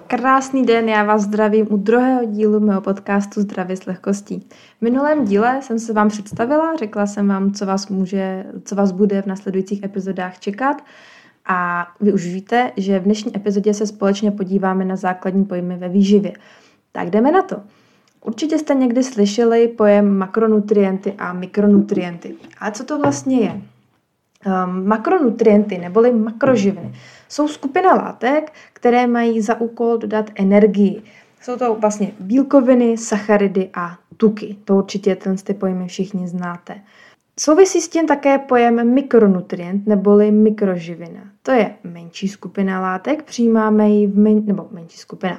Krásný den, já vás zdravím u druhého dílu mého podcastu Zdraví s lehkostí. V minulém díle jsem se vám představila, řekla jsem vám, co vás bude v následujících epizodách čekat a vy už víte, že v dnešní epizodě se společně podíváme na základní pojmy ve výživě. Tak jdeme na to. Určitě jste někdy slyšeli pojem makronutrienty a mikronutrienty. A co to vlastně je? Makronutrienty neboli makroživiny jsou skupina látek, které mají za úkol dodat energii. Jsou to vlastně bílkoviny, sacharidy a tuky. To určitě ty pojmy všichni znáte. Souvisí s tím také pojem mikronutrient neboli mikroživina. To je menší skupina látek, přijímáme ji menší skupina.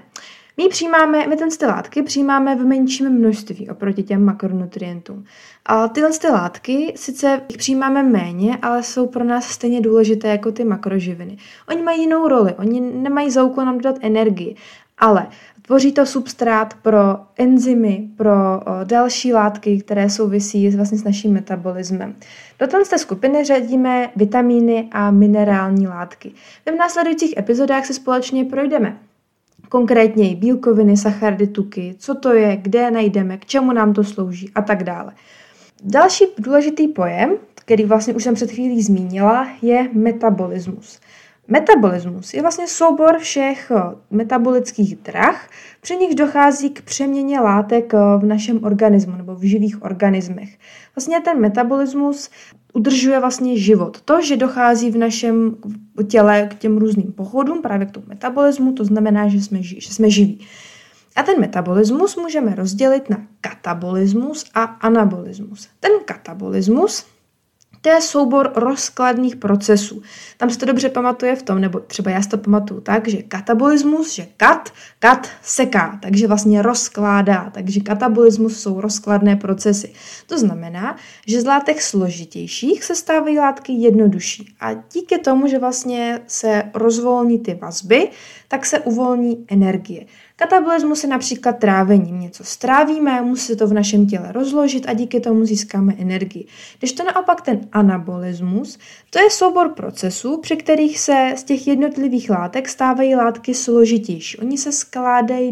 My ty látky přijímáme v menším množství oproti těm makronutrientům. A tyhle látky sice jich přijímáme méně, ale jsou pro nás stejně důležité jako ty makroživiny. Oni mají jinou roli, oni nemají za úkol nám dodat energii, ale tvoří to substrát pro enzymy, pro další látky, které souvisí vlastně s naším metabolismem. Do této skupiny řadíme vitamíny a minerální látky. V následujících epizodách se společně projdeme. Konkrétně bílkoviny, sacharidy, tuky, co to je, kde je najdeme, k čemu nám to slouží a tak dále. Další důležitý pojem, který vlastně už jsem před chvílí zmínila, je metabolismus. Metabolismus je vlastně soubor všech metabolických drah, při nichž dochází k přeměně látek v našem organismu nebo v živých organismech. Vlastně ten metabolismus udržuje vlastně život. To, že dochází v našem těle k těm různým pochodům, právě k tomu metabolismu, to znamená, že jsme živí. A ten metabolismus můžeme rozdělit na katabolismus a anabolismus. Ten katabolismus, to je soubor rozkladných procesů. Tam se to dobře pamatuje v tom, nebo třeba já si to pamatuju tak, že katabolismus, že kat seká, takže vlastně rozkládá. Takže katabolismus jsou rozkladné procesy. To znamená, že z látek složitějších se stávají látky jednodušší. A díky tomu, že vlastně se rozvolní ty vazby, tak se uvolní energie. Katabolismus je například trávením. Něco strávíme, musí se to v našem těle rozložit a díky tomu získáme energii. Když to naopak ten anabolismus, to je soubor procesů, při kterých se z těch jednotlivých látek stávají látky složitější. Oni se skládají,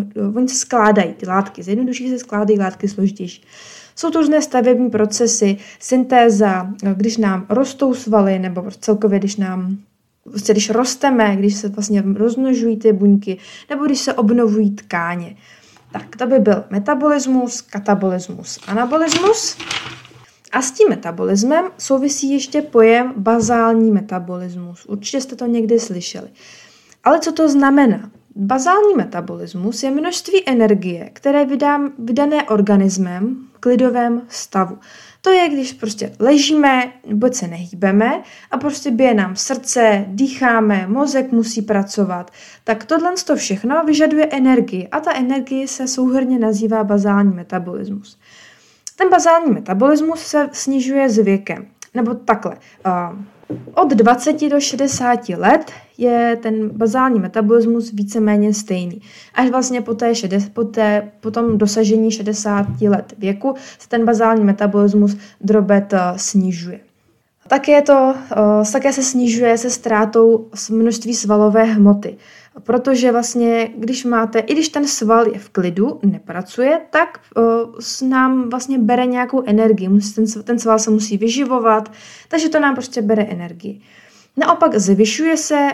ty látky, z jednodušších se skládají látky složitější. Jsou to různé stavební procesy, syntéza, když nám rostou svaly, nebo celkově, když rosteme, když se vlastně rozmnožují ty buňky, nebo když se obnovují tkáně. Tak to by byl metabolismus, katabolismus, anabolismus. A s tím metabolismem souvisí ještě pojem bazální metabolismus. Určitě jste to někdy slyšeli. Ale co to znamená? Bazální metabolismus je množství energie, které vydané organismem v klidovém stavu. To je, když prostě ležíme, vůbec se nehýbeme a prostě bije nám srdce, dýcháme, mozek musí pracovat. Tak tohle všechno vyžaduje energii a ta energie se souhrnně nazývá bazální metabolismus. Ten bazální metabolismus se snižuje s věkem. Nebo takhle. Od 20 do 60 let je ten bazální metabolismus víceméně stejný. Až vlastně po tom dosažení 60 let věku se ten bazální metabolismus drobet snižuje. Také se snižuje se ztrátou množství svalové hmoty. Protože vlastně, když ten sval je v klidu, nepracuje, tak nám vlastně bere nějakou energii. Ten sval se musí vyživovat, takže to nám prostě bere energii. Naopak zvyšuje se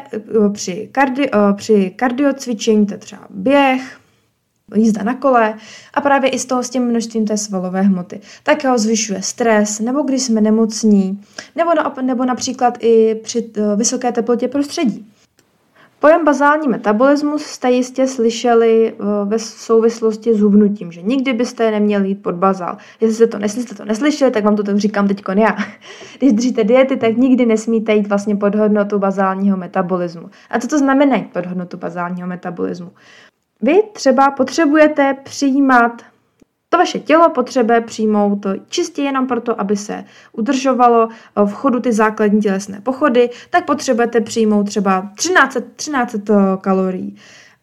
při kardiocvičení, to je třeba běh, jízda na kole a právě i s tím množstvím té svalové hmoty. Také ho zvyšuje stres, nebo když jsme nemocní, nebo například i při vysoké teplotě prostředí. Pojem bazální metabolismus jste jistě slyšeli ve souvislosti s hubnutím, že nikdy byste neměli jít pod bazál. Jestli jste to neslyšeli, tak vám to tak říkám teď já. Když držíte diety, tak nikdy nesmíte jít vlastně pod hodnotu bazálního metabolismu. A co to znamená jít pod hodnotu bazálního metabolismu? Vy třeba potřebujete přijímat, to vaše tělo potřebuje přijmout to čistě jenom proto, aby se udržovalo v chodu ty základní tělesné pochody, tak potřebujete přijmout třeba 1300 kalorií.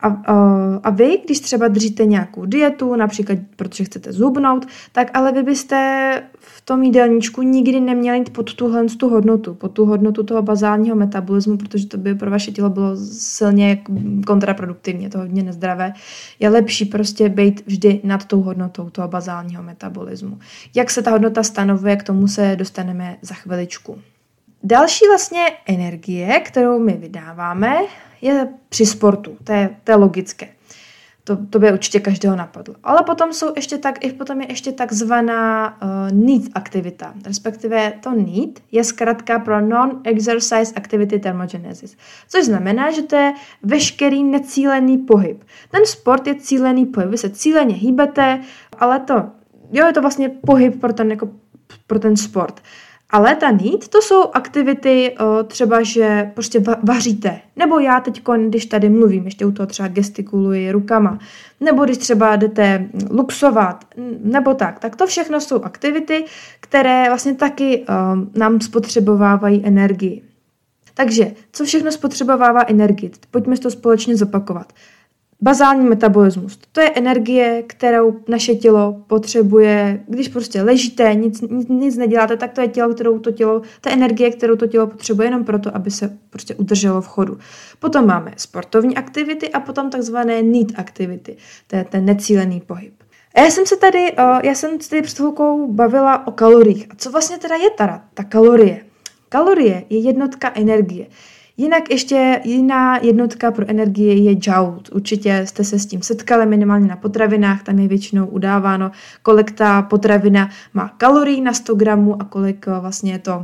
A vy, když třeba držíte nějakou dietu, například protože chcete zhubnout, tak ale vy byste v tom jídelníčku nikdy neměli jít pod tu hodnotu toho bazálního metabolismu, protože to by pro vaše tělo bylo silně kontraproduktivně, to hodně nezdravé. Je lepší prostě být vždy nad tou hodnotou toho bazálního metabolismu. Jak se ta hodnota stanovuje, k tomu se dostaneme za chviličku. Další vlastně energie, kterou my vydáváme, je při sportu. To je logické. To by určitě každého napadlo. Ale potom je ještě takzvaná NEAT aktivita. Respektive to NEAT je zkratka pro Non-Exercise Activity Thermogenesis. Což znamená, že to je veškerý necílený pohyb. Ten sport je cílený pohyb. Vy se cíleně hýbete, ale je to vlastně pohyb pro ten sport. Ale ta NEAT, to jsou aktivity třeba, že prostě vaříte. Nebo já teď, když tady mluvím, ještě u toho třeba gestikuluji rukama. Nebo když třeba jdete luxovat. Nebo tak to všechno jsou aktivity, které vlastně taky nám spotřebovávají energii. Takže, co všechno spotřebovává energii? Pojďme to společně zopakovat. Bazální metabolismus. To je energie, kterou naše tělo potřebuje, když prostě ležíte, nic neděláte, tak to je energie, kterou to tělo potřebuje jenom proto, aby se prostě udrželo v chodu. Potom máme sportovní aktivity a potom takzvané NEAT aktivity. To je ten necílený pohyb. A já jsem se tady před chvilkou bavila o kaloriích. A co vlastně teda je ta kalorie? Kalorie je jednotka energie. Jinak ještě jiná jednotka pro energii je joule. Určitě jste se s tím setkali minimálně na potravinách, tam je většinou udáváno, kolik ta potravina má kalorií na 100 gramů a kolik vlastně je to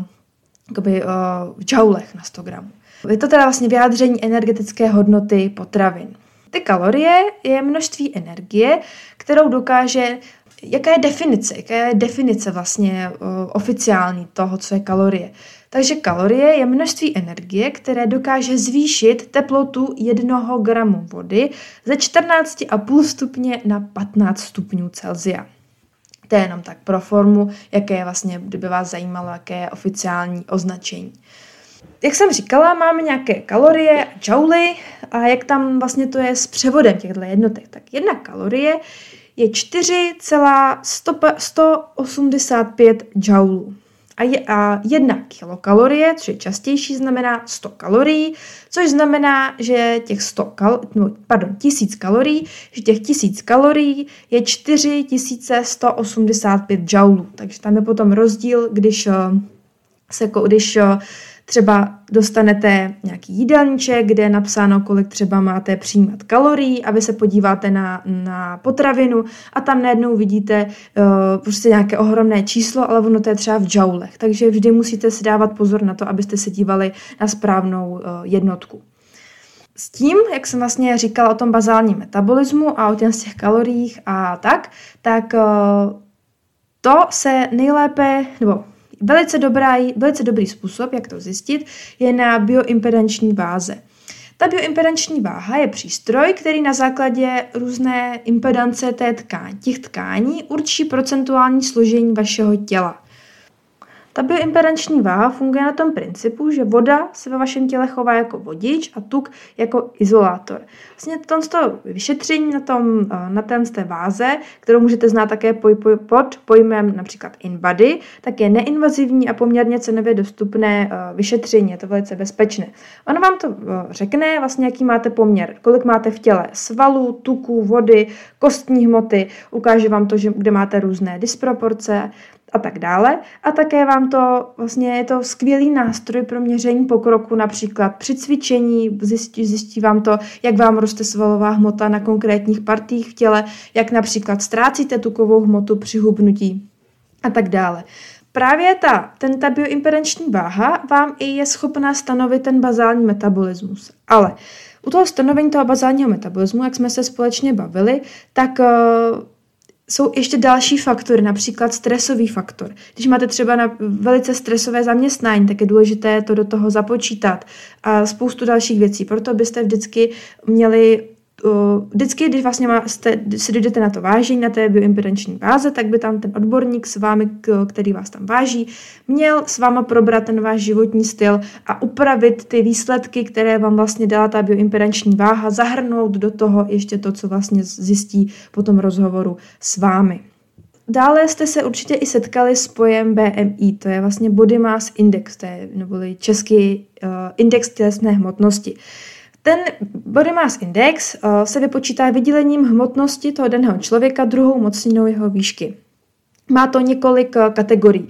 v joulech na 100 gramů. Je to teda vlastně vyjádření energetické hodnoty potravin. Ty kalorie je množství energie, kterou dokáže. Jaká je definice vlastně oficiální toho, co je kalorie? Takže kalorie je množství energie, které dokáže zvýšit teplotu 1 gramu vody ze 14,5 stupně na 15 stupňů Celsia. To je jenom tak pro formu, jaké je vlastně, kdyby vás zajímalo, jaké je oficiální označení. Jak jsem říkala, máme nějaké kalorie a jouly a jak tam vlastně to je s převodem těchto jednotek. Tak 1 kalorie je 4,185 joulů. A 1 kilokalorie, což je častější, znamená 100 kalorií, což znamená, že těch 1000 kalorií, že těch 1000 kalorií je 4185 joulů. Takže tam je potom rozdíl, když třeba dostanete nějaký jídelníček, kde je napsáno, kolik třeba máte přijímat kalorií a vy se podíváte na potravinu a tam najednou vidíte prostě nějaké ohromné číslo, ale ono to je třeba v joulech. Takže vždy musíte si dávat pozor na to, abyste se dívali na správnou jednotku. S tím, jak jsem vlastně říkala o tom bazálním metabolismu a o těch kaloriích a tak to se nejlépe, nebo velice dobrý způsob, jak to zjistit, je na bioimpedanční váze. Ta bioimpedanční váha je přístroj, který na základě různé impedance těch tkání určí procentuální složení vašeho těla. Ta bioimpedanční váha funguje na tom principu, že voda se ve vašem těle chová jako vodič a tuk jako izolátor. Vlastně to vyšetření na té váze, kterou můžete znát také pod pojmem například InBody, tak je neinvazivní a poměrně cenově dostupné vyšetření, je to velice bezpečné. Ono vám to řekne vlastně, jaký máte poměr, kolik máte v těle svalů, tuků, vody, kostní hmoty, ukáže vám to, kde máte různé disproporce a tak dále. A také vám to vlastně je to skvělý nástroj pro měření pokroku, například při cvičení, zjistí vám to, jak vám roste svalová hmota na konkrétních partiích v těle, jak například ztrácíte tukovou hmotu při hubnutí a tak dále. Právě ta bioimpedanční váha vám i je schopná stanovit ten bazální metabolismus. Ale u toho stanovení toho bazálního metabolismu, jak jsme se společně bavili, tak jsou ještě další faktory, například stresový faktor. Když máte třeba na velice stresové zaměstnání, tak je důležité to do toho započítat a spoustu dalších věcí. Proto byste vždycky měli vždycky, když vlastně si dojdete na to vážení, na té bioimpedanční váze, tak by tam ten odborník s vámi, který vás tam váží, měl s váma probrat ten váš životní styl a upravit ty výsledky, které vám vlastně dala ta bioimpedanční váha, zahrnout do toho ještě to, co vlastně zjistí po tom rozhovoru s vámi. Dále jste se určitě i setkali s pojem BMI, to je vlastně Body Mass Index, to je neboli český index tělesné hmotnosti. Ten Body Mass Index se vypočítá vydělením hmotnosti toho daného člověka druhou mocninou jeho výšky. Má to několik kategorií.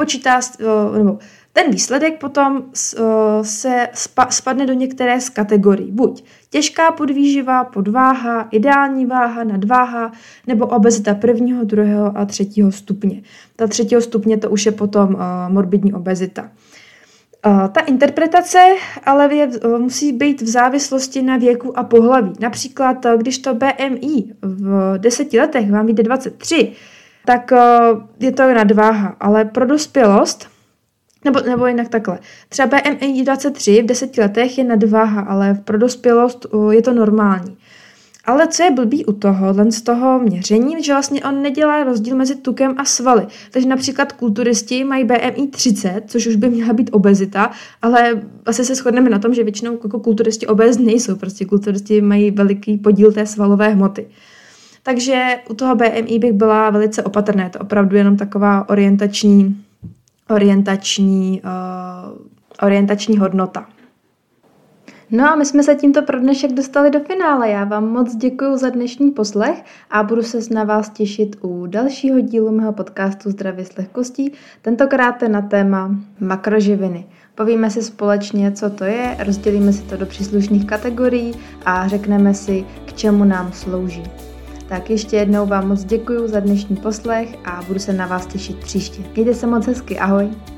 Ten výsledek potom se spadne do některé z kategorií. Buď těžká podvýživa, podváha, ideální váha, nadváha, nebo obezita 1., 2. a 3. stupně. Ta 3. stupně to už je potom morbidní obezita. Ta interpretace ale musí být v závislosti na věku a pohlaví. Například, když to BMI v 10 letech vám vyjde 23, tak je to nadváha, ale pro dospělost, nebo jinak takhle. Třeba BMI 23 v 10 letech je nadváha, ale pro dospělost je to normální. Ale co je blbý u tohohle z toho měření, že vlastně on nedělá rozdíl mezi tukem a svaly. Takže například kulturisti mají BMI 30, což už by měla být obezita, ale asi se shodneme na tom, že většinou jako kulturisti obézní nejsou. Prostě kulturisti mají veliký podíl té svalové hmoty. Takže u toho BMI bych byla velice opatrná. Je to opravdu jenom taková orientační hodnota. No a my jsme se tímto pro dnešek dostali do finále. Já vám moc děkuji za dnešní poslech a budu se na vás těšit u dalšího dílu mého podcastu Zdravě s lehkostí, tentokrát na téma makroživiny. Povíme si společně, co to je, rozdělíme si to do příslušných kategorií a řekneme si, k čemu nám slouží. Tak ještě jednou vám moc děkuji za dnešní poslech a budu se na vás těšit příště. Mějte se moc hezky, ahoj!